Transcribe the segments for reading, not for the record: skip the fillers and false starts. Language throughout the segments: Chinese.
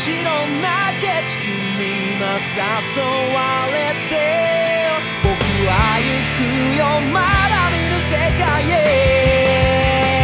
白な景色に今誘われて僕は行くよまだ見ぬ世界へ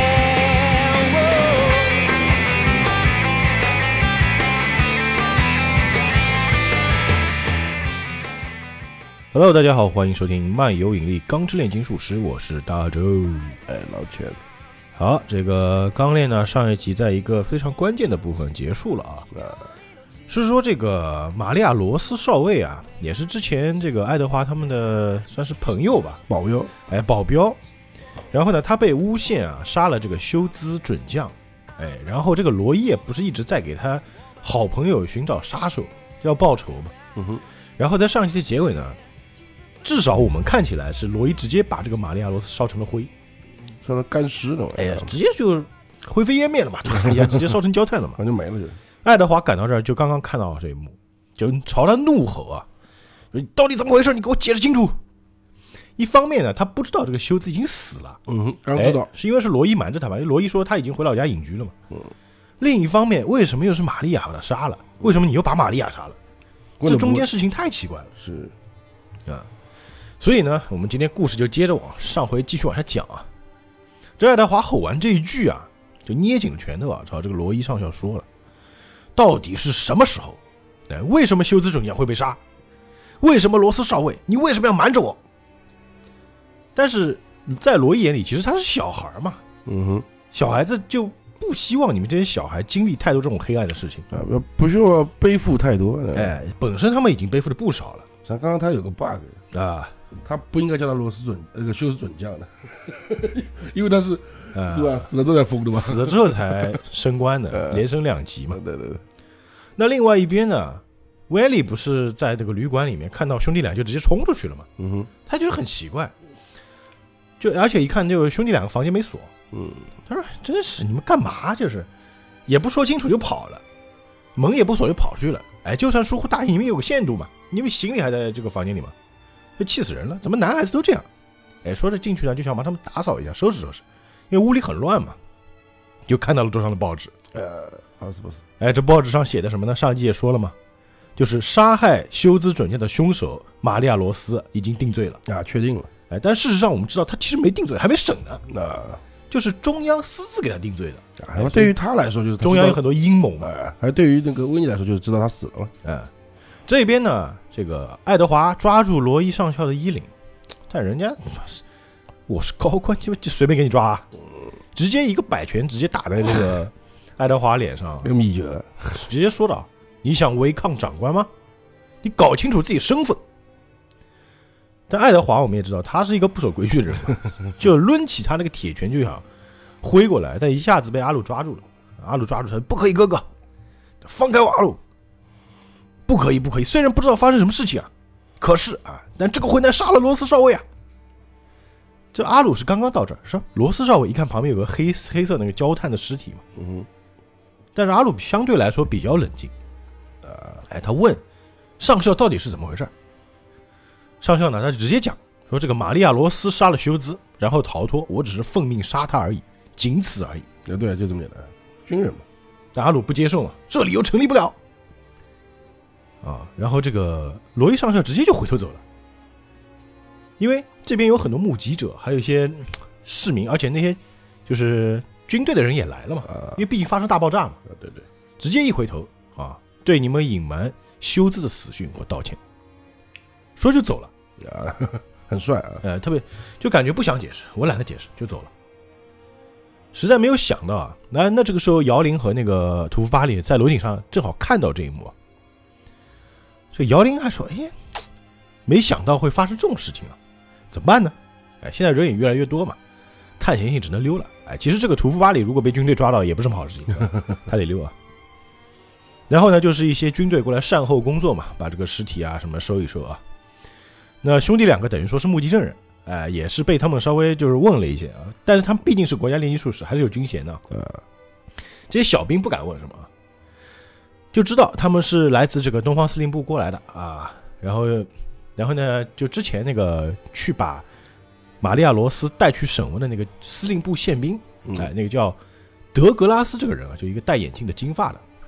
Hello， 大家好，欢迎收听漫游引力钢之炼金术师，我是大周。 老钱， 好，这个钢炼呢，上一集在一个非常关键的部分结束了啊。是说这个玛利亚罗斯少尉啊，也是之前这个爱德华他们的算是朋友吧，保镖。然后呢，他被诬陷啊，杀了这个休兹准将。然后这个罗伊也不是一直在给他好朋友寻找杀手，要报仇嘛。然后在上一集的结尾呢。至少我们看起来是罗伊直接把这个玛利亚罗斯烧成了灰， 烧成干尸了。 直接就灰飞烟灭了嘛，直接烧成焦炭了嘛， 就没了就。 爱德华赶到这儿就刚刚看到这一幕，就朝他怒吼啊，说到底怎么回事？你给我解释清楚。一方面呢，他不知道这个休兹已经死了， 刚知道， 是因为是罗伊瞒着他吧？因为罗伊说他已经回老家隐居了嘛。另一方面，为什么又是玛利亚把他杀了？为什么你又把玛利亚杀了？这中间事情太奇怪了。 是啊。所以呢，我们今天故事就接着上回继续往下讲啊。这爱德华吼完这一句啊，就捏紧了拳头啊，朝这个罗伊上校说了：到底是什么时候？为什么休兹准将会被杀？为什么罗斯少尉，你为什么要瞒着我？但是在罗伊眼里，其实他是小孩嘛，小孩子就不希望你们这些小孩经历太多这种黑暗的事情啊，不需要背负太多。 本身他们已经背负了不少了。 像刚刚他有个 bug 啊。 他不应该叫他休斯准将的，因为他是对吧？死了之后才封的嘛， 死了之后才升官的，连升2级嘛。 对。 那另外一边呢，威利不是在这个旅馆里面看到兄弟俩就直接冲出去了嘛？他觉得很奇怪，而且一看就兄弟两个房间没锁，他说真是你们干嘛？就是也不说清楚就跑了，门也不锁就跑去了。就算疏忽大意，你们有个限度嘛，你们行李还在这个房间里嘛。就气死人了，怎么男孩子都这样？说着进去呢，就想把他们打扫一下，收拾收拾，因为屋里很乱嘛。就看到了桌上的报纸， 好死不死， 这报纸上写的什么呢？上一集也说了嘛，就是杀害休兹准将的凶手玛利亚罗斯已经定罪了啊，确定了。 但事实上我们知道他其实没定罪，还没审呢。就是中央私自给他定罪的。 对于他来说，就是中央有很多阴谋嘛。 而对于那个温妮来说，就是知道他死了嘛。 这边呢，这个爱德华抓住罗伊上校的衣领，但人家我是高官，就随便给你抓，直接一个摆拳直接打在这个爱德华脸上，直接说道：“你想违抗长官吗？你搞清楚自己身份。”但爱德华我们也知道，他是一个不守规矩的人嘛，就抡起他那个铁拳就想挥过来，但一下子被阿鲁抓住了。阿鲁抓住他，不可以，哥哥，放开我，阿鲁。不可以！虽然不知道发生什么事情啊，可是啊，但这个混蛋杀了罗斯少尉啊！这阿鲁是刚刚到这儿，说罗斯少尉一看旁边有个黑色那个焦炭的尸体嘛，但是阿鲁相对来说比较冷静，他问上校到底是怎么回事？上校呢，他就直接讲说这个玛利亚罗斯杀了休兹，然后逃脱，我只是奉命杀他而已，仅此而已。 对，就这么简单，军人嘛。 但阿鲁不接受嘛，这理由成立不了。然后这个罗伊上校直接就回头走了，因为这边有很多目击者，还有一些市民，而且那些就是军队的人也来了嘛，因为毕竟发生大爆炸嘛。 对， 直接一回头对你们隐瞒休兹的死讯我道歉，说就走了很帅啊， 特别就感觉不想解释，我懒得解释就走了。实在没有想到啊，那这个时候姚玲和那个屠夫巴里在楼顶上正好看到这一幕这姚玲还说：“没想到会发生这种事情啊，怎么办呢？现在人也越来越多嘛，看情形只能溜了。其实这个屠夫巴里如果被军队抓到，也不是什么好事情，他得溜啊。然后呢，就是一些军队过来善后工作嘛，把这个尸体啊什么收一收啊。那兄弟两个等于说是目击证人，也是被他们稍微就是问了一些啊，但是他们毕竟是国家炼金术士，还是有军衔的，这些小兵不敢问什么。”就知道他们是来自这个东方司令部过来的啊，然后呢，就之前那个去把玛利亚罗斯带去审问的那个司令部宪兵，那个叫德格拉斯这个人啊，就一个戴眼镜的金发的，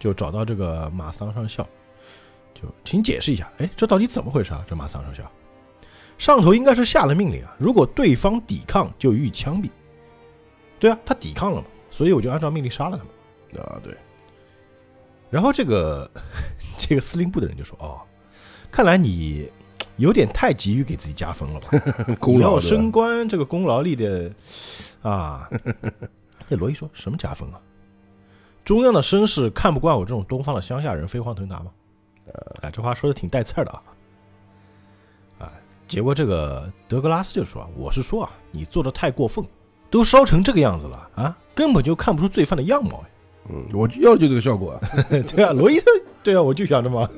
就找到这个马桑上校，就请解释一下，哎，这到底怎么回事啊？这马桑上校，上头应该是下了命令啊，如果对方抵抗就予以枪毙。对啊，他抵抗了嘛，所以我就按照命令杀了他们。 啊，对。 然后这个司令部的人就说，哦，看来你有点太急于给自己加分了吧？ 功劳要升官，这个功劳立的啊。这罗伊说什么加分啊？中央的绅士看不惯我这种东方的乡下人飞黄腾达吗？这话说的挺带刺儿的啊。结果这个德格拉斯就说，我是说啊，你做的太过分，都烧成这个样子了啊，根本就看不出罪犯的样貌。 我要就这个效果啊。 对啊，罗伊对啊，我就想着嘛。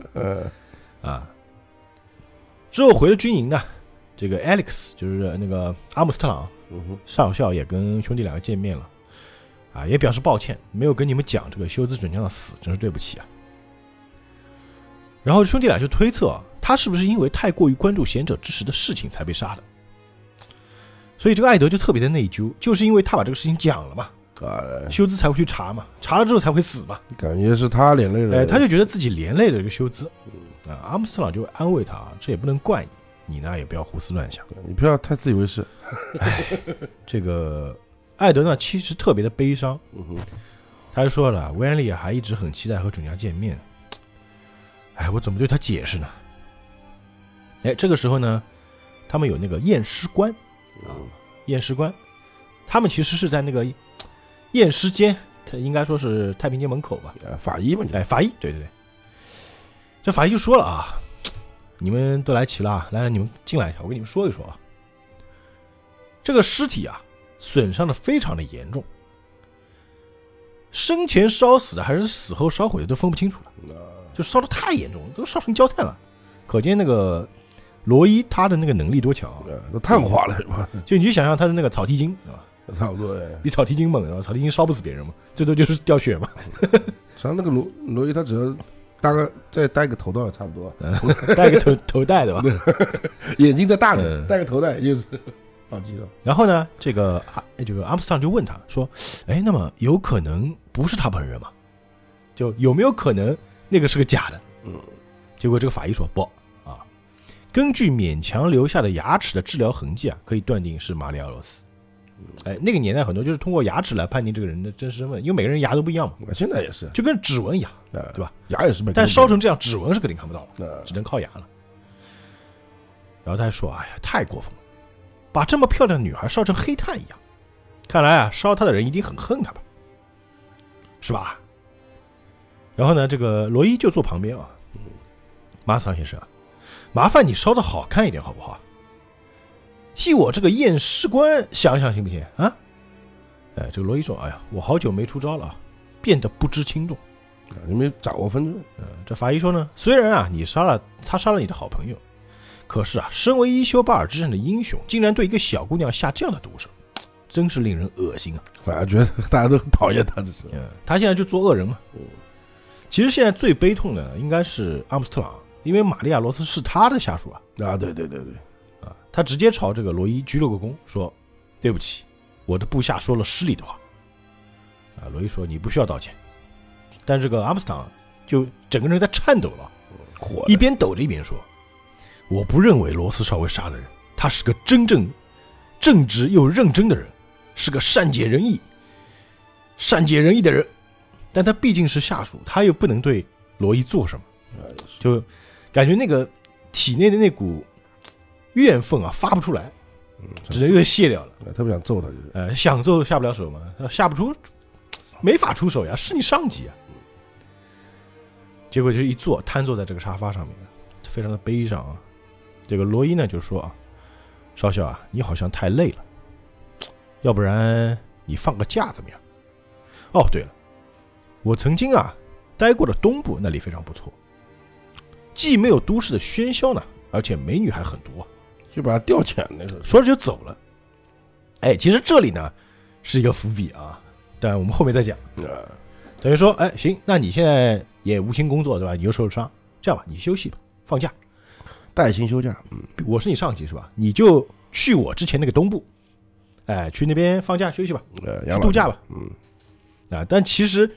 之后回了军营呢，这个 Alex 就是那个阿姆斯特朗上校也跟兄弟两个见面了啊，也表示抱歉，没有跟你们讲这个休兹准将的死，真是对不起啊。然后兄弟俩就推测啊，他是不是因为太过于关注贤者之石的事情才被杀的？所以这个艾德就特别的内疚，就是因为他把这个事情讲了嘛，休兹才会去查嘛，查了之后才会死嘛， 感觉是他连累了， 他就觉得自己连累了这个休兹。阿姆斯特朗就安慰他，这也不能怪你，你呢也不要胡思乱想， 你不要太自以为是。 这个艾德呢其实特别的悲伤，他就说了，维安利还一直很期待和准家见面，我怎么对他解释呢？这个时候呢，他们有那个验尸官验尸官，他们其实是在那个验尸间，他应该说是太平间门口吧， 法医嘛， 法医，对，这法医就说了啊，你们都来齐了啊，来，你们进来一下，我跟你们说一说啊，这个尸体啊损伤的非常的严重，生前烧死的还是死后烧毁的都分不清楚了，就烧的太严重了，都烧成焦炭了，可见那个罗伊他的那个能力多强啊， 都碳化了是吧？ 就你就想象他是那个草剃精是吧？ 差不多， 比草剃精猛，草剃精烧不死别人嘛，最多就是掉血嘛。 像那个罗伊他只要再戴个头套也差不多， 戴个头带对吧？ 眼睛再大点，戴个头带就是好记了。 然后呢，这个阿姆斯特朗就问他说：“那么有可能不是他本人吗？就有没有可能那个是个假的？”结果这个法医说不啊，根据勉强留下的牙齿的治疗痕迹啊，可以断定是马里奥罗斯。那个年代很多就是通过牙齿来判定这个人的真实身份，因为每个人牙都不一样嘛。 现在也是， 就跟指纹一样，对吧？ 牙也是， 但烧成这样，指纹是肯定看不到了，只能靠牙了。然后他还说：“哎呀，太过分了，把这么漂亮的女孩烧成黑炭一样，看来啊，烧她的人一定很恨她吧，是吧？”然后呢，这个罗伊就坐旁边啊，马桑先生，麻烦你烧的好看一点好不好？替我这个验尸官想想行不行啊？这个罗伊说：“哎呀，我好久没出招了，变得不知轻重， 你没掌握分寸。” 这法医说呢，虽然啊他杀了你的好朋友，可是啊，身为伊修巴尔之战的英雄，竟然对一个小姑娘下这样的毒手，真是令人恶心啊！ 反而觉得大家都很讨厌他，这是。 他现在就做恶人嘛。其实现在最悲痛的应该是阿姆斯特朗，因为玛利亚罗斯是他的下属啊。 对。 他直接朝这个罗伊鞠了个躬，说：“对不起，我的部下说了失礼的话。”罗伊说：“你不需要道歉。”但这个阿姆斯特朗就整个人在颤抖了，一边抖着一边说：“我不认为罗斯少尉杀了人，他是个真正正直又认真的人，是个善解人意的人。但他毕竟是下属，他又不能对罗伊做什么，就感觉那个体内的那股怨愤啊发不出来，只能又泄掉了。 特别想揍他，就是想揍下不了手嘛，下不出，没法出手呀，是你上级啊。结果就一坐，瘫坐在这个沙发上面，非常的悲伤啊。这个罗伊呢就说啊，少校啊，你好像太累了，要不然你放个假怎么样？哦，对了，我曾经啊待过的东部那里非常不错，既没有都市的喧嚣呢，而且美女还很多。 就把他调遣了， 说着就走了。其实这里呢是一个伏笔啊，但我们后面再讲。等于说，行，那你现在也无心工作对吧？你又受了伤，这样吧，你休息吧，放假， 带薪休假。 我是你上级是吧？你就去我之前那个东部，去那边放假休息吧，去度假吧。但其实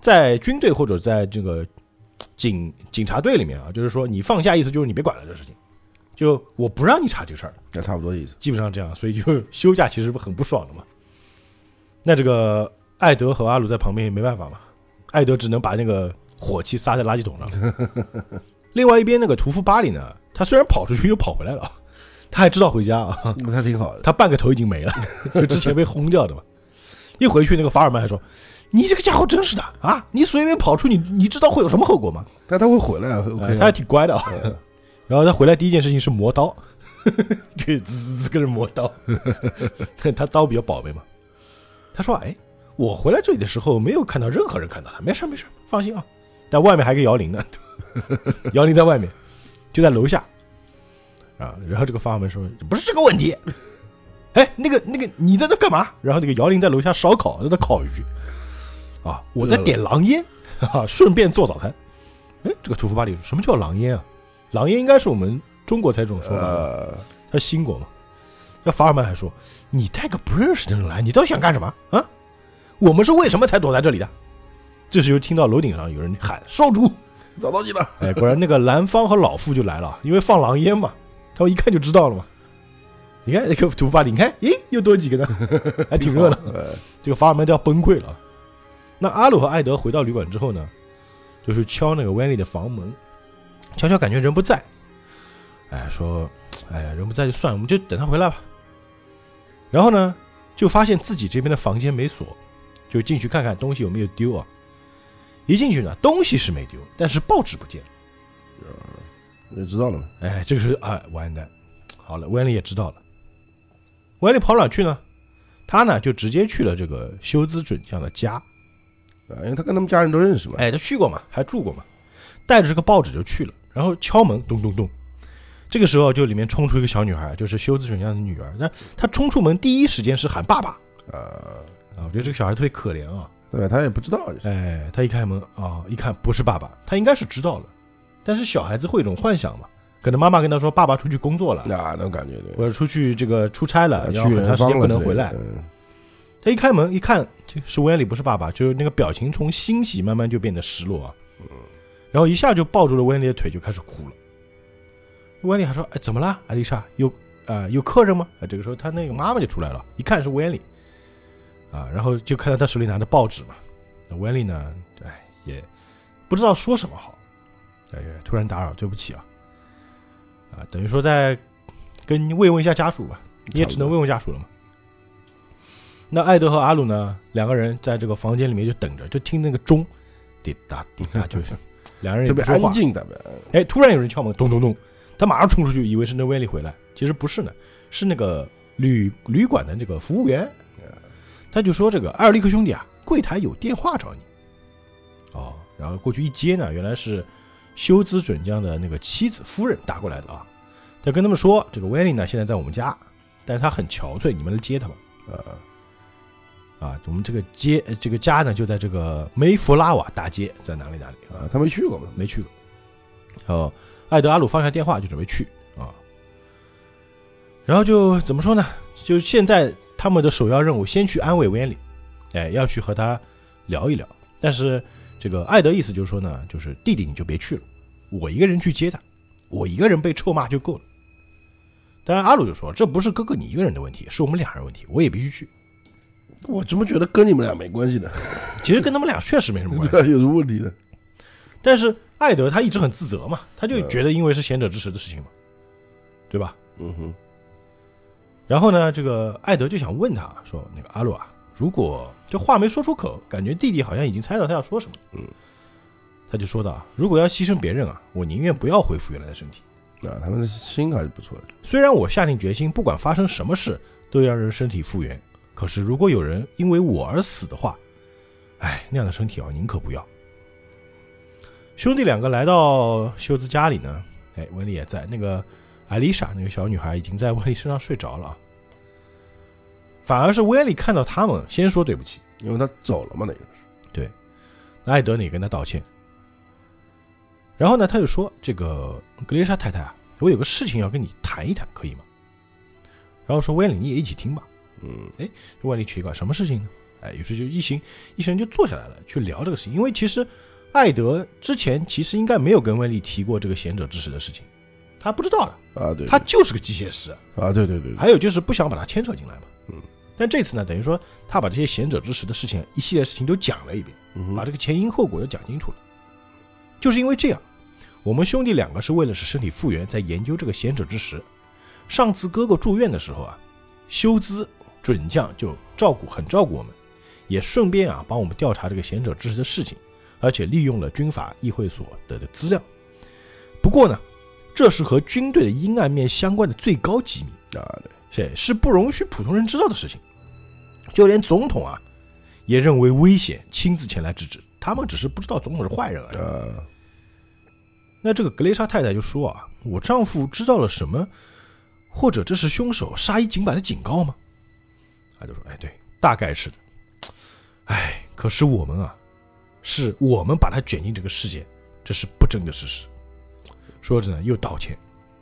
在军队或者在这个警察队里面啊，就是说你放假意思就是你别管了这事情，就我不让你查这个事儿， 那差不多意思。 基本上这样，所以就休假其实很不爽的嘛。那这个艾德和阿鲁在旁边也没办法嘛，艾德只能把那个火气撒在垃圾桶上。另外一边那个屠夫巴里呢，他虽然跑出去又跑回来了，他还知道回家啊， 那他挺好的。 他半个头已经没了，就之前被轰掉的嘛。一回去那个法尔曼还说：“你这个家伙真是的啊！你随便跑出你知道会有什么后果吗？” 但他会回来，OK， 他还挺乖的啊。然后他回来第一件事情是磨刀，这滋跟着磨刀，他刀比较宝贝嘛。他说：“哎，我回来这里的时候没有看到任何人看到他，没事，放心啊。”但外面还有个姚玲呢，姚玲在外面，就在楼下啊。然后这个法尔曼说：“不是这个问题。”哎，那个，你在这干嘛？然后那个姚玲在楼下烧烤，在那烤一句啊，我在点狼烟啊，顺便做早餐。哎，这个屠夫巴里说什么叫狼烟啊？狼烟应该是我们中国才这种说法，他新国嘛。那法尔曼还说，你带个不认识的人来，你到底想干什么啊？我们是为什么才躲在这里的？这时候听到楼顶上有人喊少主， 找到你了。 哎，果然那个蓝方和老妇就来了，因为放狼烟嘛，他们一看就知道了嘛。你看那个屠夫巴里，你看，咦，又多几个呢，还挺热闹。这个法尔曼都要崩溃了。那阿鲁和艾德回到旅馆之后呢，就是敲那个温丽的房门，敲感觉人不在，哎，说，哎呀，人不在就算了，我们就等他回来吧。然后呢，就发现自己这边的房间没锁，就进去看看东西有没有丢啊。一进去呢，东西是没丢，但是报纸不见了。 也知道了。 哎，这个是啊，完蛋。好了，温丽也知道了。温丽跑哪去呢？他呢就直接去了这个休兹准将的家， 因为他跟他们家人都认识嘛。 哎，他去过嘛，还住过嘛，带着这个报纸就去了，然后敲门，咚咚咚。这个时候就里面冲出一个小女孩，就是休兹准将的女儿。那她冲出门第一时间是喊爸爸。我觉得这个小孩特别可怜啊。 对，他也不知道。 哎，他一开门啊，一看不是爸爸，他应该是知道了，但是小孩子会有一种幻想嘛。可能妈妈跟他说，爸爸出去工作了， 那种感觉对， 或者出去这个出差了，然后很长时间不能回来。他一开门一看，是温丽，不是爸爸，就是那个表情从欣喜慢慢就变得失落啊。然后一下就抱住了温丽的腿，就开始哭了。温丽还说：“哎，怎么了，艾丽莎？有客人吗？”这个时候他那个妈妈就出来了，一看是温丽啊，然后就看到他手里拿着报纸嘛。那温丽呢，哎，也不知道说什么好。哎，突然打扰，对不起啊。等于说在跟慰问一下家属吧，你也只能慰问家属了嘛。那艾德和阿鲁呢，两个人在这个房间里面就等着，就听那个钟滴答滴答，就是两人也不说话， 特别安静的。 哎，突然有人敲门，咚咚咚，他马上冲出去，以为是那温丽回来，其实不是呢，是那个旅馆的这个服务员。他就说：“这个艾尔利克兄弟啊，柜台有电话找你。”哦，然后过去一接呢，原来是休兹准将的那个妻子夫人打过来的啊。他跟他们说，这个温丽呢现在在我们家，但是他很憔悴，你们来接他吧。我们这个家呢就在这个梅弗拉瓦大街，在哪里啊？ 他没去过吗？ 没去过。艾德阿鲁放下电话就准备去啊。然后就怎么说呢？就现在他们的首要任务，先去安慰温丽，哎，要去和他聊一聊。但是这个艾德意思就是说呢，就是弟弟你就别去了，我一个人去接他，我一个人被臭骂就够了。当然阿鲁就说，这不是哥哥你一个人的问题，是我们俩人问题，我也必须去。 我怎么觉得跟你们俩没关系呢？ 其实跟他们俩确实没什么关系， 有什么问题呢？ 但是艾德他一直很自责嘛，他就觉得因为是贤者之石的事情嘛，对吧？然后呢，这个艾德就想问他说，那个阿鲁啊，如果这话没说出口，感觉弟弟好像已经猜到他要说什么。他就说道，如果要牺牲别人啊，我宁愿不要恢复原来的身体。 他们的心还是不错的。 虽然我下定决心，不管发生什么事，都要让人身体复原。可是如果有人因为我而死的话，哎，那样的身体啊，宁可不要。兄弟两个来到休兹家里呢，哎，温丽也在，那个艾丽莎那个小女孩已经在温丽身上睡着了啊。反而是温丽看到他们先说对不起， 因为他走了嘛，那个对，艾德也跟他道歉。然后呢，他就说，这个格蕾莎太太啊，我有个事情要跟你谈一谈，可以吗？然后说温丽你也一起听吧。温丽奇怪，什么事情呢？ 于是就一行人就坐下来了，去聊这个事情。因为其实艾德之前其实应该没有跟温丽提过这个贤者之石的事情，他不知道的啊，对， 他就是个机械师啊，对对对， 还有就是不想把他牵扯进来嘛。 嗯， 但这次呢，等于说他把这些贤者之石的事情一系列事情都讲了一遍，把这个前因后果都讲清楚了。就是因为这样，我们兄弟两个是为了使身体复原，在研究这个贤者之石。上次哥哥住院的时候啊，修兹准将就很照顾我们，也顺便啊帮我们调查这个贤者之石的事情，而且利用了军法议会所的资料。不过呢，这是和军队的阴暗面相关的最高机密啊，是不容许普通人知道的事情。就连总统啊也认为危险，亲自前来制止。他们只是不知道总统是坏人而已。那这个格雷莎太太就说啊，我丈夫知道了什么？或者这是凶手杀一儆百的警告吗？他就说，对，大概是的。可是我们啊，是我们把他卷进这个事件，这是不争的事实。说着呢，又道歉。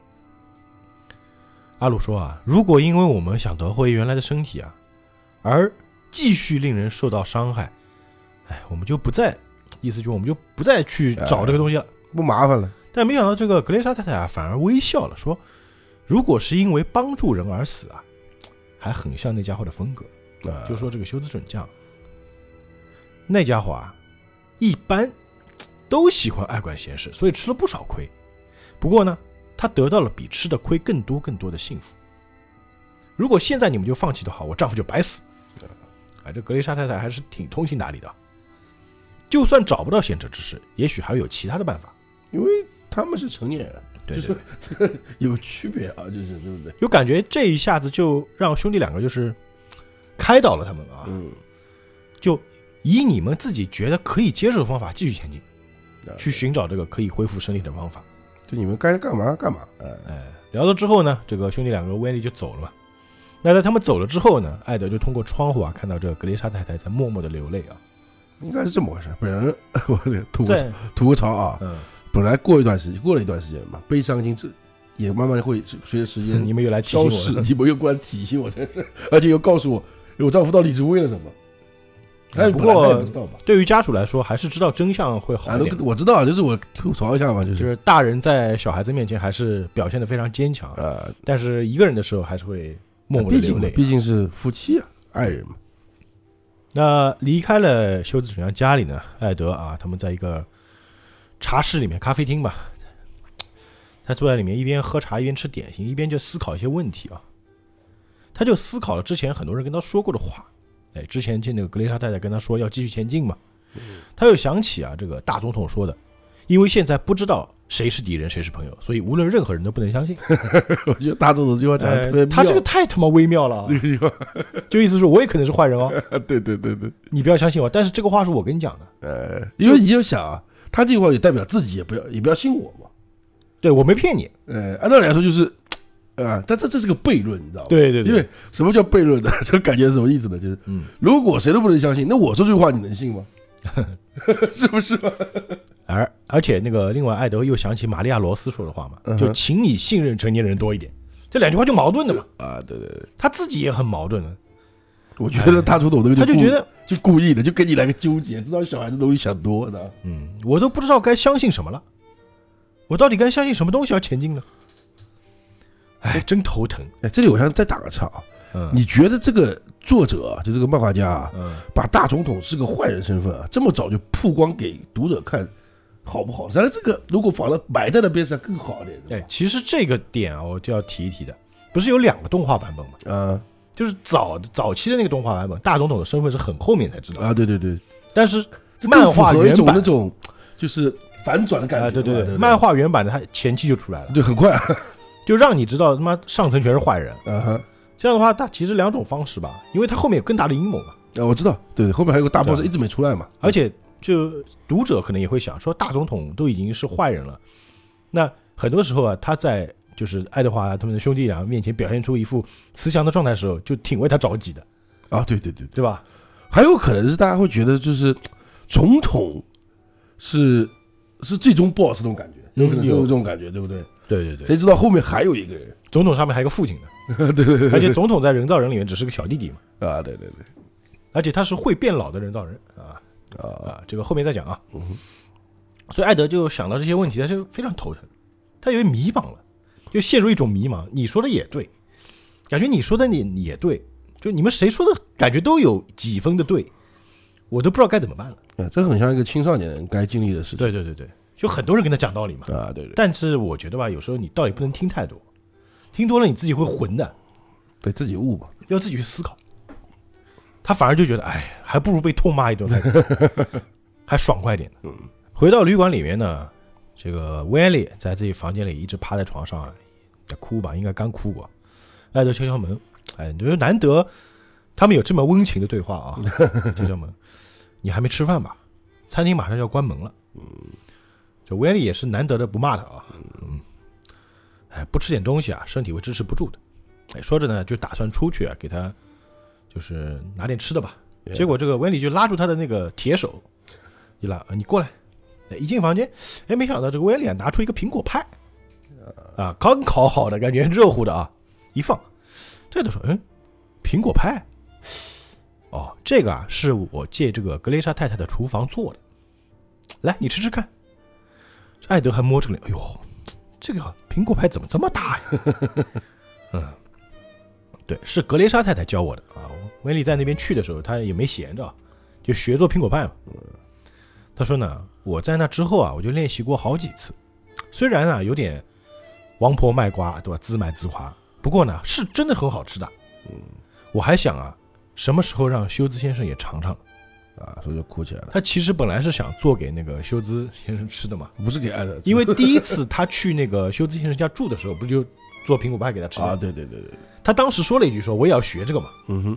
阿鲁说啊，如果因为我们想夺回原来的身体啊，而继续令人受到伤害，我们就不再，意思就是我们就不再去找这个东西了， 不麻烦了。 但没想到这个格雷莎太太啊，反而微笑了，说，如果是因为帮助人而死啊，还很像那家伙的风格。就说这个修兹准将，那家伙啊，一般都喜欢爱管闲事，所以吃了不少亏。不过呢，他得到了比吃的亏更多的幸福。如果现在你们就放弃的话，我丈夫就白死。这格雷莎太太还是挺通情达理的。就算找不到贤者之石，也许还有其他的办法， 因为他们是成年人。 对， 就是这个有区别啊，就是对不对？ 有感觉这一下子就让兄弟两个就是开导了他们啊，就以你们自己觉得可以接受的方法继续前进，去寻找这个可以恢复身体的方法。 就你们该干嘛干嘛。 聊了之后呢，这个兄弟两个威利就走了嘛。那在他们走了之后呢，艾德就通过窗户啊看到这个格雷莎太太在默默的流泪啊。 应该是这么回事，本来我吐个槽啊。本来过了一段时间嘛，悲伤已经也慢慢会随着时间你们又来提醒我， 你们又过来提醒我，真是，而且又告诉我我丈夫到底是为了什么。 不过对于家属来说，还是知道真相会好一点。 我知道，就是我吐槽一下嘛， 就是大人在小孩子面前还是表现得非常坚强，但是一个人的时候还是会默默的流泪。 毕竟是夫妻啊，爱人嘛。 那离开了修兹准将家里呢，艾德啊，他们在一个茶室里面，咖啡厅吧，他坐在里面一边喝茶一边吃点心，一边就思考一些问题啊。他就思考了之前很多人跟他说过的话，之前那个格雷莎太太跟他说要继续前进嘛，他又想起啊这个大总统说的，因为现在不知道谁是敌人谁是朋友，所以无论任何人都不能相信。 我觉得大总统这句话讲的特别妙， 他这个太他妈微妙了，就意思说我也可能是坏人哦。 对， 你不要相信我，但是这个话是我跟你讲的。 因为你就想啊，他这句话也代表自己也不要信我嘛。 对，我没骗你。 按道理来说就是但这是个悖论，你知道吗？ 对， 因为什么叫悖论呢？这感觉是什么意思呢？就是如果谁都不能相信，那我说这句话你能信吗？是不是吧？ 而且那个另外艾德又想起玛利亚罗斯说的话嘛，就请你信任成年人多一点，这两句话就矛盾的嘛。 对， 他自己也很矛盾的。 我觉得大总统那个他就觉得就故意的，就跟你来个纠结，知道小孩子东西想多的。 我都不知道该相信什么了，我到底该相信什么东西要前进呢？真头疼。 这里我想再打个岔啊，你觉得这个作者就这个漫画家把大总统是个坏人身份这么早就曝光给读者看，好不好？但是这个如果放了埋在那边上更好一点。 其实这个点啊，我就要提一提的，不是有2个动画版本吗？就是早期的那个动画版本，大总统的身份是很后面才知道对。 但是漫画原版那种就是反转的感觉。 对，漫画原版的它前期就出来了， 对，很快就让你知道他妈上层全是坏人。这样的话，它其实2种方式吧，因为它后面有更大的阴谋嘛。 我知道，对，后面还有个大 boss 一直没出来嘛。 而且就读者可能也会想说，大总统都已经是坏人了，那很多时候啊，他在就是爱德华他们的兄弟俩面前表现出一副慈祥的状态的时候，就挺为他着急的对吧？ 还有可能是大家会觉得就是总统是最终 boss 那种感觉，有可能有这种感觉，对不对？ 对， 谁知道后面还有一个人， 总统上面还有个父亲的。 对， 而且总统在人造人里面只是个小弟弟嘛。 对。 而且他是会变老的人造人这个后面再讲啊。所以艾德就想到这些问题，他就非常头疼，他以为迷茫了，就陷入一种迷茫。你说的也对，感觉你说的也对，就你们谁说的感觉都有几分的对，我都不知道该怎么办了。 这很像一个青少年该经历的事情。 对对对对，就很多人跟他讲道理嘛。 对对。 但是我觉得吧，有时候你道理不能听太多，听多了你自己会混的， 被自己悟嘛， 要自己去思考。他反而就觉得，哎，还不如被痛骂一顿，还爽快点。回到旅馆里面呢，这个威廉在自己房间里一直趴在床上在哭吧，应该刚哭过。艾德敲敲门，就是难得他们有这么温情的对话啊。敲敲门，你还没吃饭吧？餐厅马上要关门了。这威廉也是难得的不骂他啊。不吃点东西啊，身体会支持不住的。说着呢，就打算出去给他就是拿点吃的吧。结果这个威廉就拉住他的那个铁手，一拉，你过来。一进房间，没想到这个威廉拿出一个苹果派，刚烤好的，感觉热乎的啊，一放，这都说，苹果派，这个是我借这个格雷莎太太的厨房做的，来，你吃吃看。艾德还摸这个脸，哎呦，这个苹果派怎么这么大呀？对，是格雷莎太太教我的啊。威利在那边去的时候，他也没闲着，就学做苹果派嘛。他说呢，我在那之后我就练习过好几次，虽然有点王婆卖瓜，对吧？自卖自夸，不过呢，是真的很好吃的。我还想什么时候让休兹先生也尝尝所以就哭起来了。 他其实本来是想做给那个休兹先生吃的嘛， 不是给艾德吃， 因为第一次他去那个休兹先生家住的时候，不就做苹果派给他吃的对对对对。 他当时说了一句说我也要学这个嘛。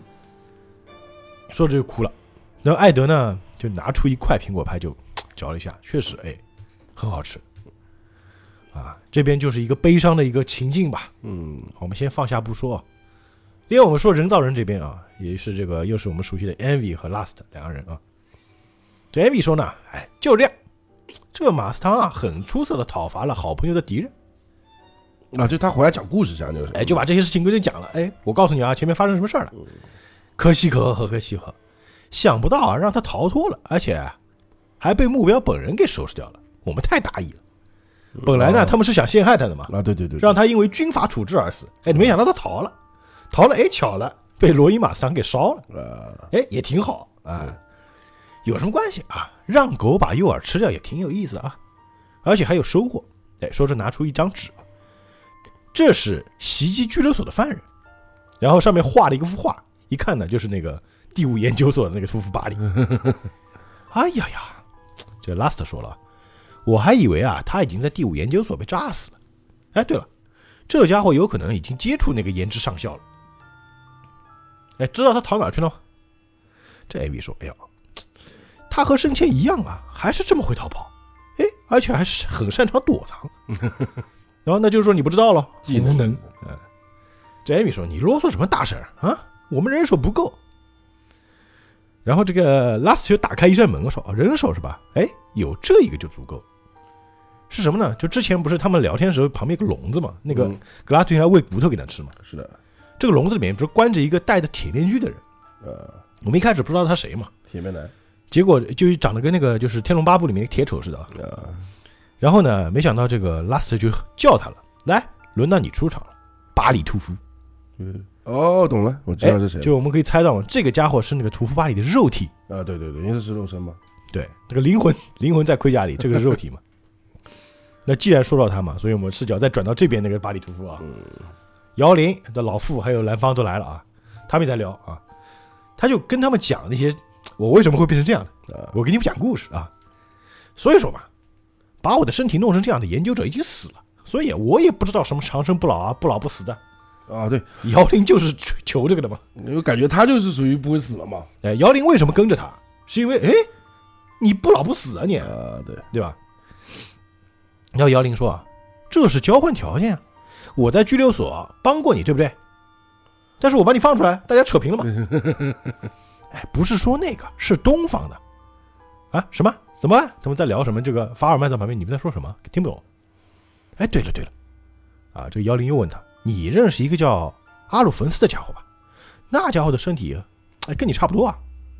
说着就哭了。然后艾德呢就拿出一块苹果派就嚼了一下，确实很好吃这边就是一个悲伤的一个情境吧。我们先放下不说。另外我们说人造人这边也是这个又是我们熟悉的 Envy 和 Last 两个人这 Envy 说呢，就这样，这个马斯汤很出色的讨伐了好朋友的敌人就他回来讲故事讲就是就把这些事情给你讲了。我告诉你前面发生什么事儿了。可喜可贺，可喜可贺，想不到让他逃脱了，而且还被目标本人给收拾掉了。我们太大意了。本来呢他们是想陷害他的嘛， 对对对， 让他因为军法处置而死。没想到他逃了，巧了，被罗伊马斯汤给烧了。也挺好有什么关系让狗把诱饵吃掉也挺有意思而且还有收获。说着拿出一张纸，这是袭击拘留所的犯人，然后上面画了一幅画，一看呢就是那个第5研究所的那个夫妇巴里。哎呀呀，这 Last 说了，我还以为他已经在第5研究所被炸死了。对了，这家伙有可能已经接触那个研制上校了。知道他逃哪去了吗？这 AB 说，他和生前一样还是这么会逃跑，而且还是很擅长躲藏。然后那就是说你不知道了，无能。这 AB 说，你啰嗦什么大声我们人手不够。然后这个 Last 就打开一扇门说，人手是吧？有这一个就足够。是什么呢？就之前不是他们聊天的时候旁边有个笼子嘛，那个格拉图要喂骨头给他吃嘛。 是的， 这个笼子里面不是关着一个戴着铁面具的人。我们一开始不知道他谁嘛， 铁面男， 结果就长得跟那个就是《天龙八部》里面的铁丑似的。然后呢，没想到这个 Last 就叫他了，来，轮到你出场了，巴里屠夫。 懂了，我知道是谁。 就我们可以猜到，这个家伙是那个屠夫巴里的肉体对对对，因为是肉身嘛。 对，这个灵魂在盔甲里，这个是肉体嘛。那既然说到他嘛，所以我们视角再转到这边那个巴里屠夫姚林的老父还有蓝方都来了他们也在聊他就跟他们讲那些我为什么会变成这样的，我给你们讲故事所以说嘛，把我的身体弄成这样的研究者已经死了，所以我也不知道什么长生不老不老不死的对， 姚林就是求这个的嘛， 因为感觉他就是属于不会死了嘛。 姚林为什么跟着他？是因为你不老不死你对吧？然后姚林说这是交换条件我在拘留所帮过你，对不对？但是我把你放出来，大家扯平了嘛。不是说那个，是东方的什么？怎么他们在聊什么？这个法尔曼在旁边，你们在说什么？听不懂。对了这个姚林又问他，你认识一个叫阿鲁芬斯的家伙吧？那家伙的身体跟你差不多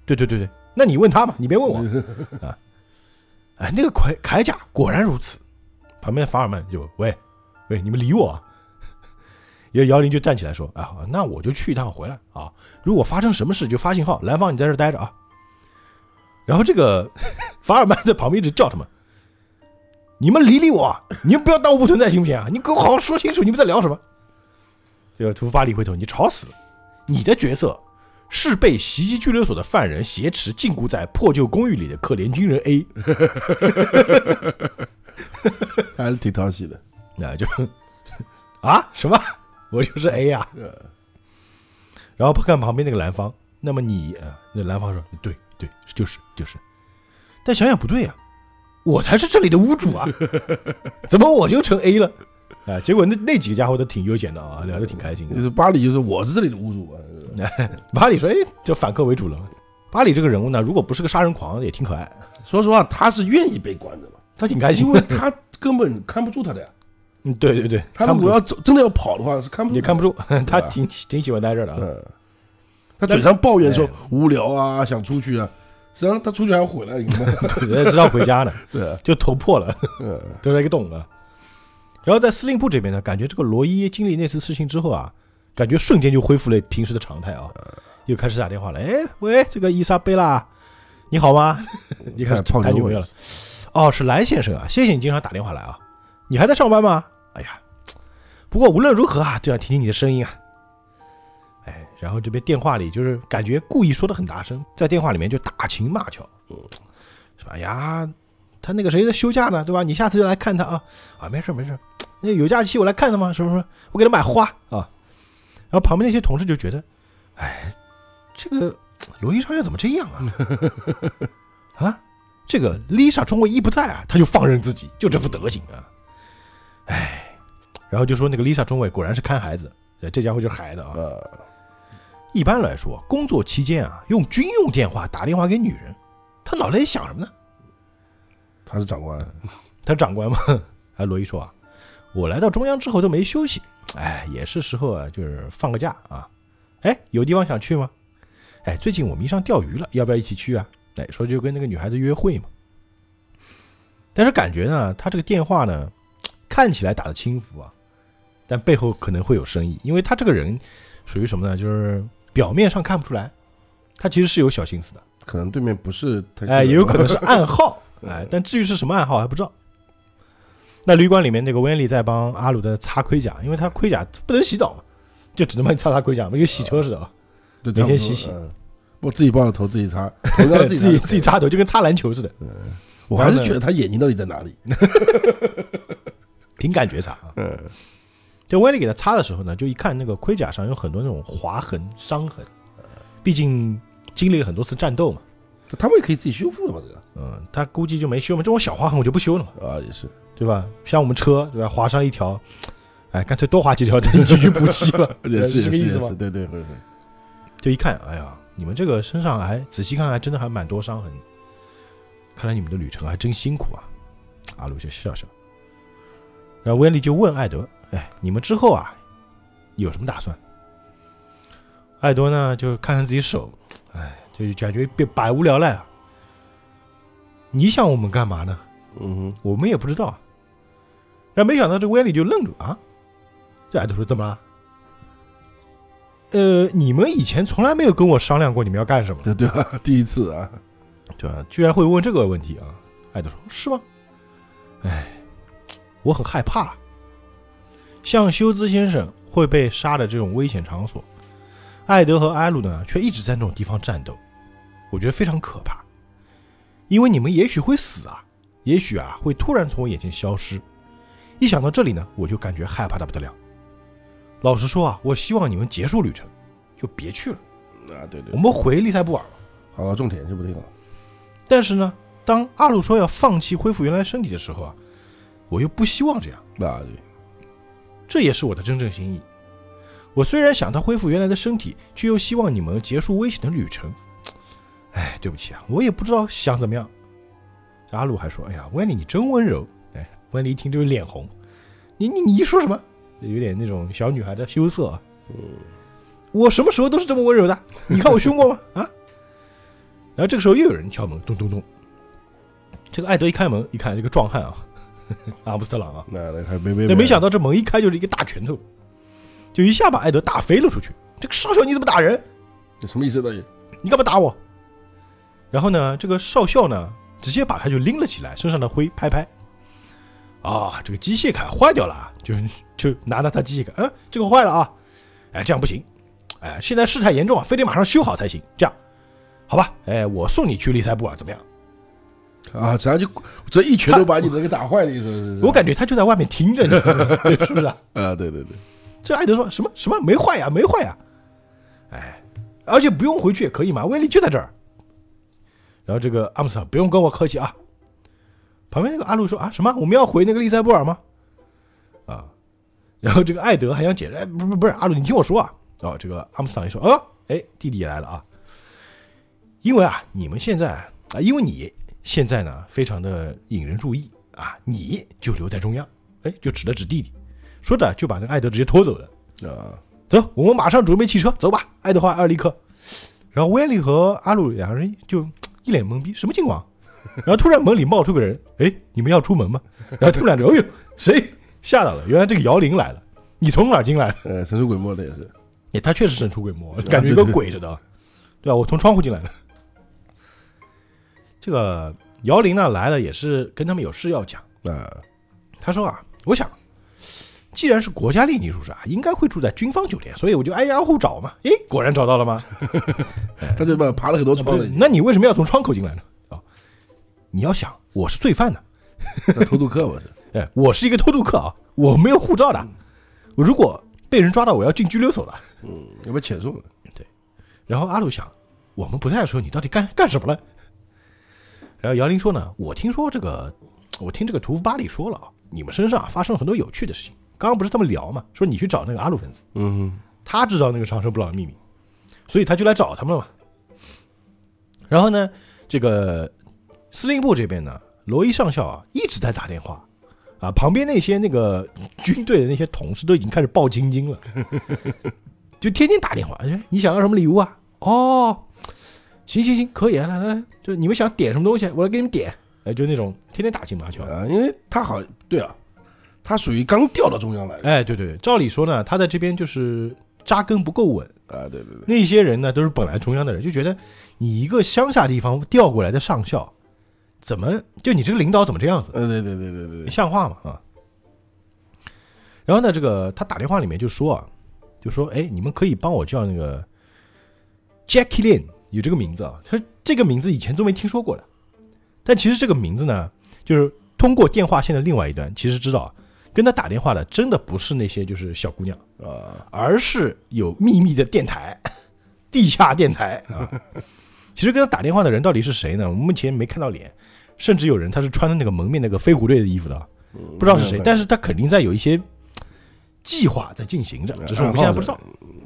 对，那你问他嘛，你别问我啊。哎，那个铠甲果然如此。旁边的法尔曼就喂，你们理我啊！姚林就站起来说：“啊，那我就去一趟回来啊！如果发生什么事就发信号，蓝方你在这待着啊。”然后这个法尔曼在旁边一直叫他们：“你们理我，你们不要当我不存在行不行啊？你给我好好说清楚你们在聊什么。”这个屠夫巴里回头：“你吵死了！你的角色是被袭击拘留所的犯人挟持禁锢在破旧公寓里的可怜军人 A。” 还是挺讨喜的。 那就啊什么？我就是 A 呀。然后看旁边那个蓝方，那么你那蓝方说对，就是。但想想不对呀，我才是这里的屋主啊，怎么我就成 A 了？啊，结果那几个家伙都挺悠闲的啊，聊得挺开心的。 就是巴里就说我是这里的屋主啊。 巴里说就反客为主了。巴里这个人物呢，如果不是个杀人狂，也挺可爱。 说实话，他是愿意被关的嘛， 他挺开心， 因为他根本看不住他的呀。 对， 他如果要走，真的要跑的话是看不住， 也看不住。他挺喜欢待这的啊。 他嘴上抱怨说无聊啊，想出去啊，实际上他出去还要回来， 对，知道回家呢， 对， 就头破了，都在一个洞啊。然后在司令部这边呢，感觉这个罗伊经历那次事情之后啊，感觉瞬间就恢复了平时的常态啊，又开始打电话了。哎，喂，这个伊莎贝拉，你好吗？你开始谈女朋友了。哦，是蓝先生啊，谢谢你经常打电话来啊。你还在上班吗？哎呀，不过无论如何啊，就想听听你的声音啊。哎，然后这边电话里就是感觉故意说的很大声，在电话里面就打情骂俏，是吧？哎呀，他那个谁在休假呢，对吧？你下次就来看他啊！啊，没事，那有假期我来看他嘛，是不是？我给他买花啊。然后旁边那些同事就觉得，哎，这个罗伊少爷怎么这样啊？啊，这个丽莎中尉一不在啊，他就放任自己，就这副德行啊！哎，然后就说那个丽莎中尉果然是看孩子，这家伙就是孩子啊。一般来说，工作期间啊，用军用电话打电话给女人，他脑袋里想什么呢？ 他是长官， 他是长官吗？哎，罗伊说啊，我来到中央之后都没休息，哎，也是时候啊，就是放个假啊。哎，有地方想去吗？哎，最近我迷上钓鱼了，要不要一起去啊？哎，说就跟那个女孩子约会嘛。但是感觉呢，他这个电话呢，看起来打得轻浮啊，但背后可能会有深意，因为他这个人属于什么呢？就是表面上看不出来，他其实是有小心思的。 可能对面不是他， 哎，也有可能是暗号，哎，但至于是什么暗号还不知道。那旅馆里面那个温丽在帮阿鲁的擦盔甲，因为他盔甲不能洗澡嘛，就只能帮你擦盔甲嘛，跟洗车似的啊，每天洗。 我自己抱着头自己擦， 自己擦头，就跟擦篮球似的。 我还是觉得他眼睛到底在哪里， 凭感觉擦啊。就温丽给他擦的时候呢，就一看那个盔甲上有很多那种划痕、伤痕，毕竟经历了很多次战斗嘛。 他们也可以自己修复的嘛，这个。 他估计就没修嘛，这种小划痕我就不修了嘛。 啊，也是， 对吧？像我们车，对吧？划上一条，哎，干脆多划几条，再一起去补漆了，是这个意思吗？ 对，会。 就一看，哎呀，你们这个身上还仔细看，还真的还蛮多伤痕。看来你们的旅程还真辛苦啊。阿鲁就笑笑。然后温丽就问艾德：“哎，你们之后啊，有什么打算？”艾德呢，就看看自己手，哎，就感觉百无聊赖啊。你想我们干嘛呢？我们也不知道。然后没想到这温丽就愣住啊。这艾德说：“怎么了？你们以前从来没有跟我商量过你们要干什么？ 对吧？第一次啊， 对吧？居然会问这个问题啊！”艾德说：“是吗？哎。”我很害怕，像休兹先生会被杀的这种危险场所，艾德和艾鲁呢却一直在那种地方战斗，我觉得非常可怕。因为你们也许会死啊，也许啊会突然从我眼前消失。一想到这里呢，我就感觉害怕的不得了。老实说啊，我希望你们结束旅程，就别去了。 对， 我们回利塞布尔吧。 好好种田就不对了。 但是呢，当阿鲁说要放弃恢复原来身体的时候啊，我又不希望这样。 对， 这也是我的真正心意。我虽然想他恢复原来的身体，却又希望你们结束危险的旅程。哎，对不起啊，我也不知道想怎么样。阿鲁还说：“哎呀，温丽你真温柔。”哎，温丽一听就脸红。你说什么？有点那种小女孩的羞涩啊。我什么时候都是这么温柔的？你看我凶过吗？啊？ 然后这个时候又有人敲门，咚咚咚。这个艾德一开门一看，这个壮汉啊，阿姆斯特朗啊， 那还没想到这门一开就是一个大拳头，就一下把艾德打飞了出去。这个少校你怎么打人？ 这什么意思呢？ 你干嘛打我？然后呢，这个少校呢，直接把他就拎了起来，身上的灰拍拍。啊，这个机械铠坏掉了，就拿他机械铠，这个坏了啊，哎，这样不行，哎，现在事态严重啊，非得马上修好才行。这样，好吧，哎，我送你去利塞布尔，怎么样？ 啊，这一拳都把你那个打坏的意思。 我感觉他就在外面听着你，是不是啊？ 啊，对。 这艾德说什么没坏呀，没坏呀，哎，而且不用回去也可以嘛，威力就在这儿。然后这个阿姆斯特朗不用跟我客气啊。旁边那个阿路说啊，什么？我们要回那个利塞布尔吗？啊，然后这个艾德还想解释，哎，不是阿路，你听我说啊。哦，这个阿姆斯特朗一说，弟弟也来了啊。因为啊，你们现在啊，因为你现在呢非常的引人注意啊，你就留在中央，哎，就指了指弟弟，说着就把那个艾德直接拖走了。啊，走，我们马上准备汽车，走吧，爱德华·埃尔利克。然后威利和阿路两个人就一脸懵逼，什么情况？然后突然门里冒出个人，哎，你们要出门吗？然后突然就，哎呦，谁？吓到了，原来这个姚玲来了。你从哪儿进来的？ 神出鬼没的也是。 哎，他确实神出鬼没，感觉跟鬼似的。对吧？我从窗户进来的。这个姚玲呢来了，也是跟他们有事要讲。他说啊，我想，既然是国家炼金术士啊，应该会住在军方酒店，所以我就挨家户找嘛。诶，果然找到了吗？ 他这边爬了很多窗了。 那你为什么要从窗口进来呢？你要想，我是罪犯呢， 偷渡客我是。 哎，我是一个偷渡客啊，我没有护照的。我如果被人抓到，我要进拘留所的。 要不遣送的。 对。然后阿鲁想，我们不在的时候，你到底干什么了？然后姚玲说呢，我听这个屠夫巴里说了啊，你们身上发生了很多有趣的事情。刚刚不是他们聊嘛，说你去找那个阿鲁分子，他知道那个长生不老的秘密，所以他就来找他们了嘛。然后呢，这个司令部这边呢，罗伊上校啊一直在打电话啊，旁边那个军队的那些同事都已经开始爆晶晶了，就天天打电话，你想要什么礼物啊？哦，行，可以，来，就你们想点什么东西，我来给你们点，哎，就那种天天打情骂俏啊，因为他好，对啊，他属于刚调到中央来的， 哎，对，照理说呢，他在这边就是扎根不够稳啊，对， 那些人呢都是本来中央的人，就觉得你一个乡下地方调过来的上校，怎么就你这个领导怎么这样子？ 对， 像话嘛啊！然后呢，这个他打电话里面就说，哎，你们可以帮我叫那个 Jackie Lin， 有这个名字啊，他这个名字以前都没听说过的，但其实这个名字呢，就是通过电话线的另外一端，其实知道跟他打电话的真的不是那些就是小姑娘啊，而是有秘密的电台，地下电台啊。其实跟他打电话的人到底是谁呢？我们目前没看到脸，甚至有人他是穿的那个蒙面那个飞虎队的衣服的，不知道是谁，但是他肯定在有一些计划在进行着，只是我们现在不知道。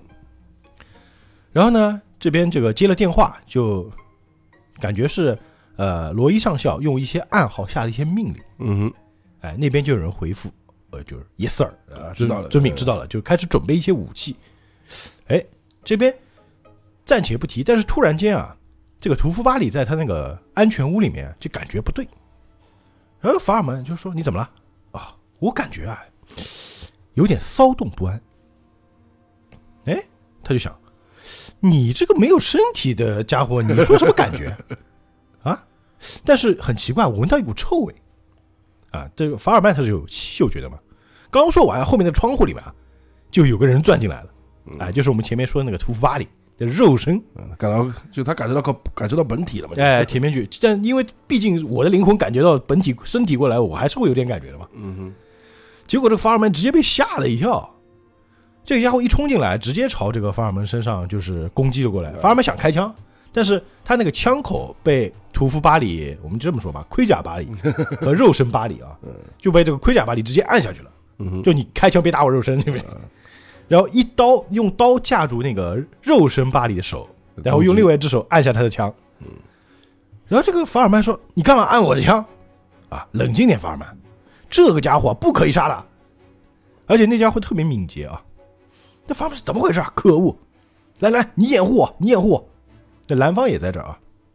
然后呢，这边这个接了电话，就感觉是罗伊上校用一些暗号下了一些命令，哎，那边就有人回复，就是 Yes sir， 知道了， 遵命知道了，就开始准备一些武器。哎，这边暂且不提，但是突然间啊，这个屠夫巴里在他那个安全屋里面就感觉不对，然后法尔曼就说：“你怎么了？”啊，我感觉啊有点骚动不安。哎，他就想，你这个没有身体的家伙，你说什么感觉啊？但是很奇怪，我闻到一股臭味啊！这个法尔曼他是有嗅觉的嘛。刚说完，后面的窗户里面就有个人钻进来了，哎，就是我们前面说的那个屠夫巴里的肉身， 他感受到本体了嘛？ 哎，甜面具，但因为毕竟我的灵魂感觉到本体身体过来，我还是会有点感觉的嘛。结果这个法尔曼直接被吓了一跳，这个家伙一冲进来，直接朝这个法尔曼身上就是攻击了过来。法尔曼想开枪，但是他那个枪口被屠夫巴里，我们这么说吧，盔甲巴里和肉身巴里啊，就被这个盔甲巴里直接按下去了。就你开枪别打我肉身，对不对？然后用刀架住那个肉身巴里的手，然后用另外一只手按下他的枪。然后这个法尔曼说：“你干嘛按我的枪？啊，冷静点，法尔曼，这个家伙不可以杀的。而且那家伙特别敏捷啊。这法尔曼是怎么回事啊？可恶！来，你掩护我，你掩护我。这蓝方也在这儿啊。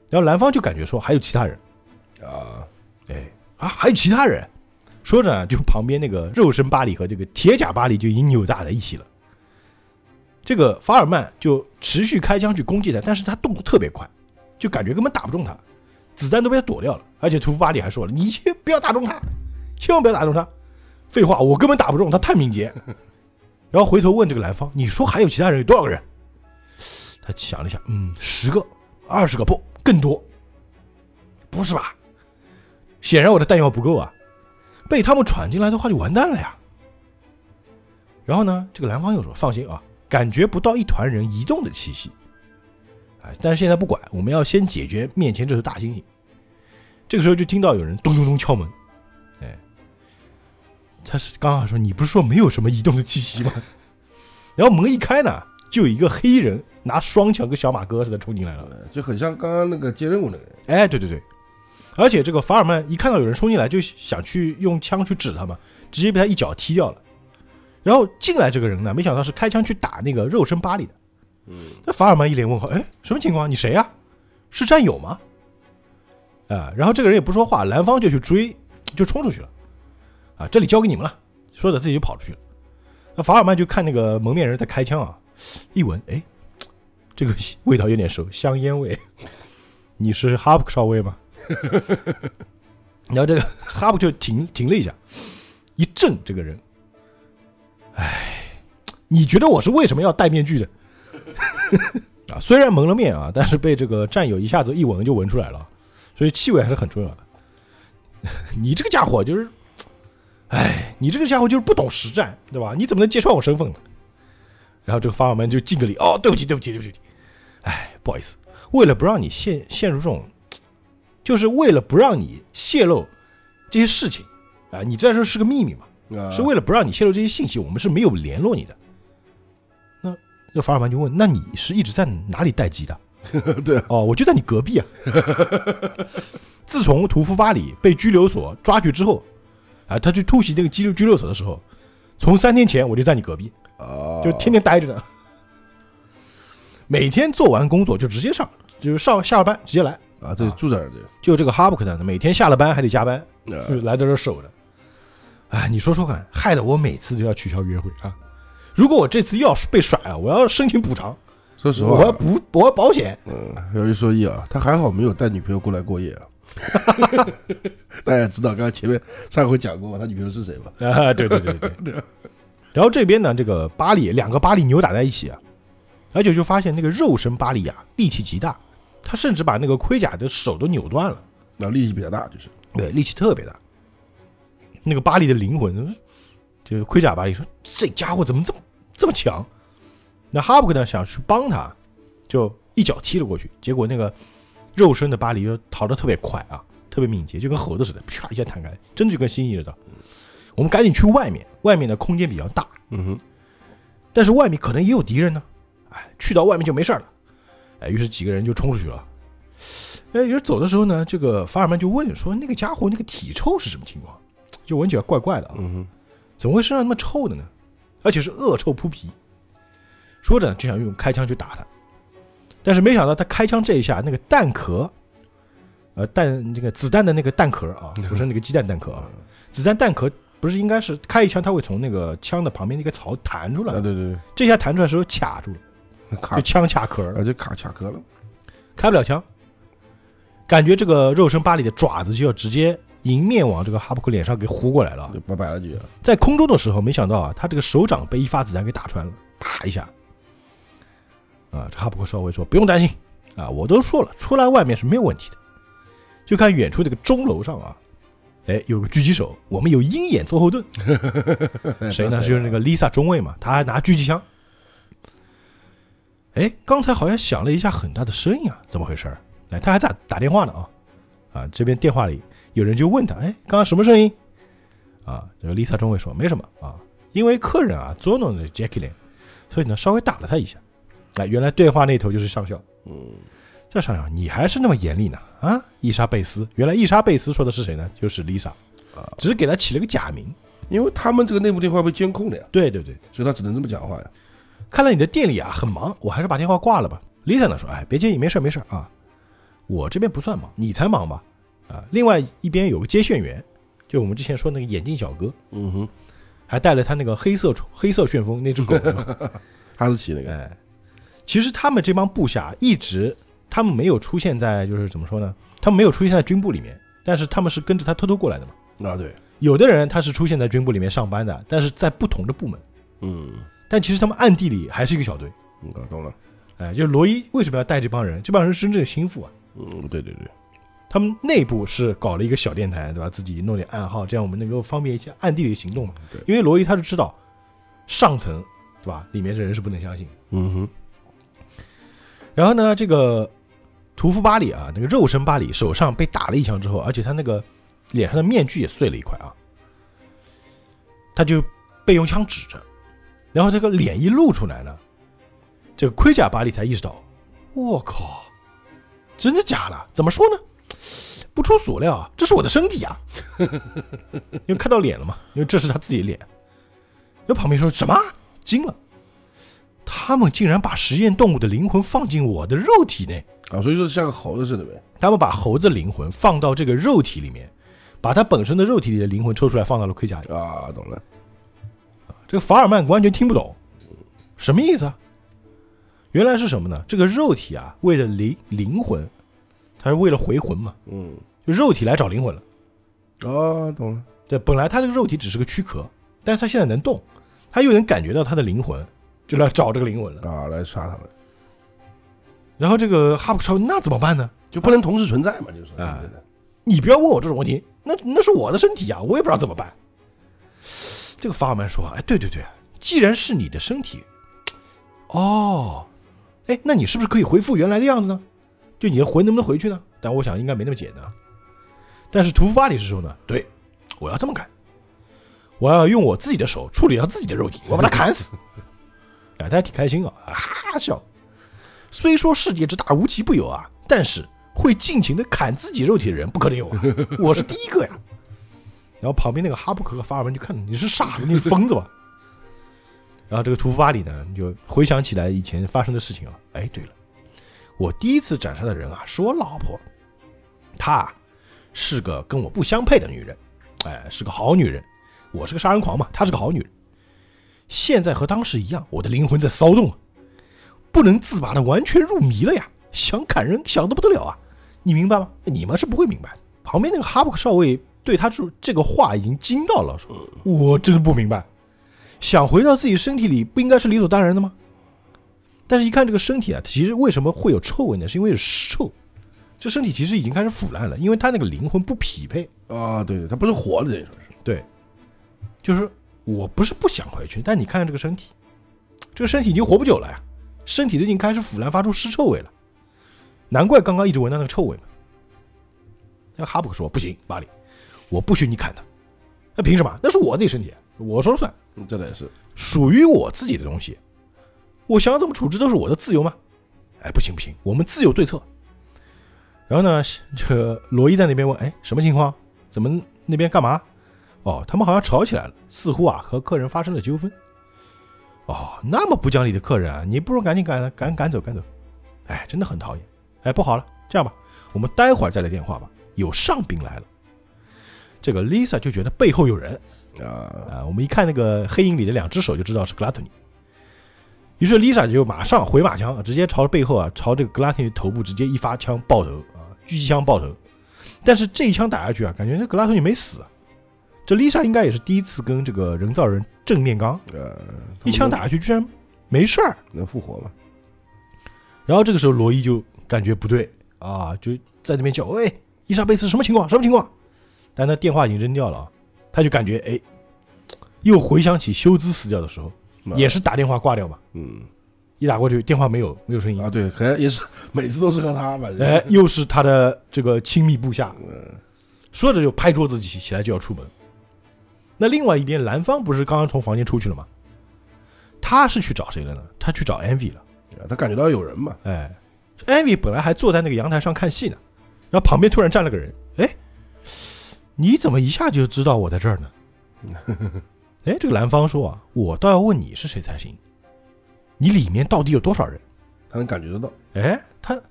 然后男方就感觉说还有其他人啊， 还有其他人，说着就旁边那个肉身巴黎和这个铁甲巴黎就已经扭打在一起了。这个法尔曼就持续开枪去攻击他，但是他动作特别快，就感觉根本打不中他，子弹都被他躲掉了。而且屠夫巴黎还说了：“你千万不要打中他，千万不要打中他。”废话，我根本打不中他，太敏捷。然后回头问这个男方：“你说还有其他人有多少个人？”他想了一下，10个、20个，不，更多。不是吧？显然我的弹药不够啊，被他们闯进来的话就完蛋了呀。然后呢，这个男方又说：“放心啊，感觉不到一团人移动的气息。但是现在不管，我们要先解决面前这头大猩猩。”这个时候就听到有人咚咚咚敲门，他是刚刚说你不是说没有什么移动的气息吗？然后门一开呢，就有一个黑人拿双枪跟小马哥似的冲进来了， 就很像刚刚那个接任务那个人。 对对对，而且这个法尔曼一看到有人冲进来，就想去用枪去指他嘛，直接被他一脚踢掉了。然后进来这个人呢，没想到是开枪去打那个肉身巴黎的。那法尔曼一脸问号，什么情况？你谁呀？是战友吗？然后这个人也不说话，男方就去追，就冲出去了。这里交给你们了，说着自己就跑出去了。那法尔曼就看那个蒙面人在开枪啊，一闻，这个味道有点熟，香烟味。你是哈布克少尉吗？然后这个哈布就停了一下，一怔这个人，你觉得我是为什么要戴面具的？虽然蒙了面啊，但是被这个战友一下子一闻就闻出来了，所以气味还是很重要的。你这个家伙就是，你这个家伙就是不懂实战，对吧？你怎么能揭穿我身份呢？然后这个法尔曼就敬个礼，对不起，不好意思，为了不让你陷入这种，就是为了不让你泄露这些事情你这时候是个秘密嘛，是为了不让你泄露这些信息，我们是没有联络你的。那法尔曼就问：“那你是一直在哪里待机的？” 对， 我就在你隔壁啊。自从屠夫巴里被拘留所抓去之后，他去突袭那个拘留所的时候，从3天前我就在你隔壁，就天天待着呢。每天做完工作就直接上，就是下了班直接来这就住在这儿。 就这个哈布克呢，每天下了班还得加班，就来在这守着。你说说看，害得我每次都要取消约会啊！如果我这次要被甩我要申请补偿。 说实话， 我要保险。 有一说一他还好没有带女朋友过来过夜啊。大家知道，刚才前面上回讲过他女朋友是谁吧？ 对。然后这边呢，这个两个巴黎扭打在一起而且就发现那个肉身巴黎力气极大，他甚至把那个盔甲的手都扭断了。 力气比较大，就是对，力气特别大。那个巴黎的灵魂，就是盔甲巴黎说：“这家伙怎么这么强？”那哈布克呢想去帮他，就一脚踢了过去，结果那个肉身的巴黎就逃得特别快特别敏捷，就跟猴子似的，啪一下弹开，真的就跟蜥蜴似的。我们赶紧去外面，外面的空间比较大，但是外面可能也有敌人呢，去到外面就没事了，于是几个人就冲出去了。有人走的时候呢，这个法尔曼就问说：“那个家伙那个体臭是什么情况？”就闻起来怪怪的怎么会身上那么臭的呢？而且是恶臭扑鼻。说着就想用开枪去打他，但是没想到他开枪这一下，那个弹壳，这个子弹的那个弹壳不是那个鸡蛋蛋壳子弹弹壳不是应该是开一枪，它会从那个枪的旁边那个槽弹出来对， 这下弹出来的时候卡住了，就枪卡壳了， 就卡壳了， 开不了枪，感觉这个肉身巴黎的爪子就要直接迎面往这个哈布克脸上给呼过来了， 就摆了句。 在空中的时候，没想到他这个手掌被一发子弹给打穿了，啪一下。这哈布克少尉说：“不用担心我都说了，出来外面是没有问题的。”就看远处这个钟楼上有个狙击手，我们有鹰眼做后盾。谁呢？就是那个 Lisa 中尉嘛，他还拿狙击枪。刚才好像响了一下很大的声音怎么回事？他还在打电话呢这边电话里有人就问他：“刚刚什么声音？”这个 Lisa 中尉说：“没什么因为客人捉弄了 Jacqueline， 所以呢稍微打了他一下。”原来对话那头就是上校。这上校你还是那么严厉呢伊莎贝斯。原来伊莎贝斯说的是谁呢？就是 Lisa，只是给他起了个假名， 因为他们这个内部电话被监控的呀。 对， 所以他只能这么讲话呀。看来你的店里很忙，我还是把电话挂了吧。Lisa 呢说：“别介意，没事我这边不算忙，你才忙吧？啊，另外一边有个接线员，就我们之前说那个眼镜小哥，还带了他那个黑色旋风那只狗， 哈士奇那个。 哎，其实他们这帮部下一直，他们没有出现在，就是怎么说呢？他们没有出现在军部里面，但是他们是跟着他偷偷过来的嘛。 啊，对， 有的人他是出现在军部里面上班的，但是在不同的部门。但其实他们暗地里还是一个小队。 懂了。 哎，就是罗伊为什么要带这帮人？这帮人是真正的心腹啊。 对， 他们内部是搞了一个小电台，对吧？自己弄点暗号，这样我们能够方便一些暗地里的行动嘛。 对， 因为罗伊他是知道上层，对吧？里面的人是不能相信。然后呢，这个屠夫巴里啊，那个肉身巴里手上被打了一枪之后，而且他那个脸上的面具也碎了一块啊，他就被用枪指着，然后这个脸一露出来呢，这个盔甲巴里才意识到，我靠，真的假的？怎么说呢？不出所料啊，这是我的身体啊！因为看到脸了嘛，因为这是他自己的脸。然后旁边说什么？惊了，他们竟然把实验动物的灵魂放进我的肉体内啊！所以说像个猴子似的呗。 他们把猴子灵魂放到这个肉体里面，把他本身的肉体里的灵魂抽出来放到了盔甲里啊！懂了。 这个法尔曼完全听不懂，什么意思啊？原来是什么呢？这个肉体啊，为了灵魂，它是为了回魂嘛。就肉体来找灵魂了。 哦，懂了。 对，本来他这个肉体只是个躯壳，但是他现在能动，他又能感觉到他的灵魂，就来找这个灵魂了啊，来杀他们。 然后这个哈布说：“那怎么办呢？ 就不能同时存在嘛？就是啊， 你不要问我这种问题，那是我的身体啊，我也不知道怎么办。”这个法尔曼说：“哎，对，既然是你的身体，哦，哎，那你是不是可以恢复原来的样子呢？就你的魂能不能回去呢？但我想应该没那么简单。但是屠夫巴里是说呢，对，我要这么干，我要用我自己的手处理掉自己的肉体，我把他砍死。哎，他还挺开心啊，哈笑。虽说世界之大无奇不有啊，但是会尽情的砍自己肉体的人不可能有啊，我是第一个呀。然后旁边那个哈布克和法尔曼就看你是傻子，你是疯子吧？然后这个屠夫巴里呢，就回想起来以前发生的事情啊。哎，对了，我第一次斩杀的人啊，是我老婆，她是个跟我不相配的女人，哎，是个好女人。我是个杀人狂嘛，她是个好女人。现在和当时一样，我的灵魂在骚动啊，不能自拔的完全入迷了呀，想砍人想得不得了啊，你明白吗？你们是不会明白。旁边那个哈布克少尉对他这个话已经惊到了，说我真不明白，想回到自己身体里不应该是理所当然的吗？但是一看这个身体啊，其实为什么会有臭味呢？是因为有尸臭，这身体其实已经开始腐烂了，因为他那个灵魂不匹配啊。对，他不是活的，这说是对，就是我不是不想回去，但你看看这个身体，这个身体已经活不久了呀，身体都已经开始腐烂，发出尸臭味了，难怪刚刚一直闻到那个臭味嘛。那哈布克说不行，巴里，我不许你砍他，那凭什么？那是我自己身体，我说了算， 这也是属于我自己的东西，我想怎么处置都是我的自由嘛。哎，不行，我们自有对策。然后呢，这个罗伊在那边问，哎，什么情况？怎么那边干嘛？哦，他们好像吵起来了，似乎啊和客人发生了纠纷。哦，那么不讲理的客人啊，你不如赶紧赶走。哎，真的很讨厌。哎，不好了，这样吧，我们待会儿再来电话吧，有上宾来了。这个 Lisa 就觉得背后有人啊，我们一看那个黑影里的两只手就知道是格拉托尼。于是 Lisa 就马上回马枪，直接朝着背后啊，朝这个格拉托尼头部直接一发枪爆头啊，狙击枪爆头。但是这一枪打下去啊，感觉那格拉托尼没死啊。这 Lisa 应该也是第一次跟这个人造人正面刚，一枪打下去居然没事儿， 能复活吗？ 然后这个时候罗伊就感觉不对啊，就在那边叫，喂，伊莎贝斯，什么情况？但他电话已经扔掉了啊，他就感觉哎，又回想起休兹死掉的时候，也是打电话挂掉嘛，一打过去电话没有声音啊，对，可能也是每次都是和他吧， 哎，又是他的这个亲密部下，说着就拍桌子起来就要出门。那另外一边蓝方不是刚刚从房间出去了吗？他是去找谁了呢？他去找 Envy 了， 他感觉到有人嘛， 哎 ，Envy 本来还坐在那个阳台上看戏呢，然后旁边突然站了个人，哎，你怎么一下就知道我在这儿呢？哎，这个蓝方说啊，我倒要问你是谁才行，你里面到底有多少人？ 他能感觉得到。 哎，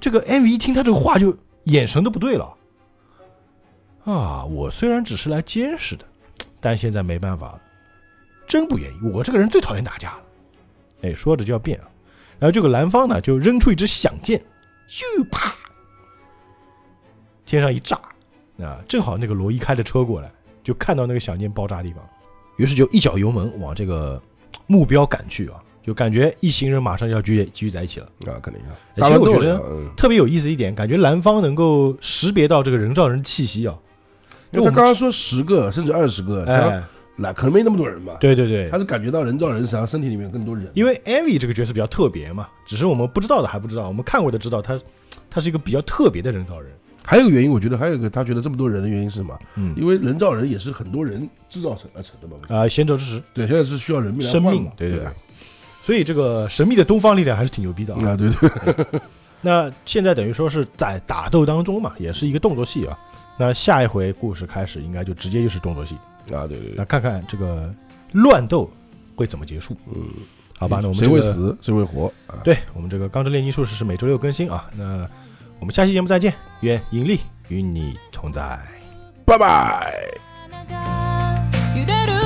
这个 MV 一听他这个话就眼神都不对了啊！我虽然只是来监视的，但现在没办法了，真不愿意。我这个人最讨厌打架了。哎，说着就要变啊！然后这个蓝方呢就扔出一支响箭，咻啪，天上一炸啊！正好那个罗伊开着车过来，就看到那个响箭爆炸的地方，于是就一脚油门往这个目标赶去啊！就感觉一行人马上要聚在一起了啊，肯定啊！ 其实我觉得特别有意思一点，感觉蓝方能够识别到这个人造人气息啊。 因为他刚刚说10个甚至20个，那可能没那么多人吧？ 对对对， 他是感觉到人造人实际上身体里面有更多人。 因为 Amy 这个角色比较特别嘛，只是我们不知道的还不知道，我们看过的知道他是一个比较特别的人造人。 还有一个原因，我觉得还有一个他觉得这么多人的原因是什么？因为人造人也是很多人制造而成的嘛。 贤者之石， 对，现在是需要人命来生命，对对对。所以这个神秘的东方力量还是挺牛逼的啊！对对。 那现在等于说是在打斗当中嘛，也是一个动作戏啊。那下一回故事开始应该就直接就是动作戏啊！对对。 那看看这个乱斗会怎么结束？好吧，那我们谁会死谁会活？ 对，我们这个钢之炼金术士是每周6更新啊。那我们下期节目再见，愿引力与你同在， 拜拜。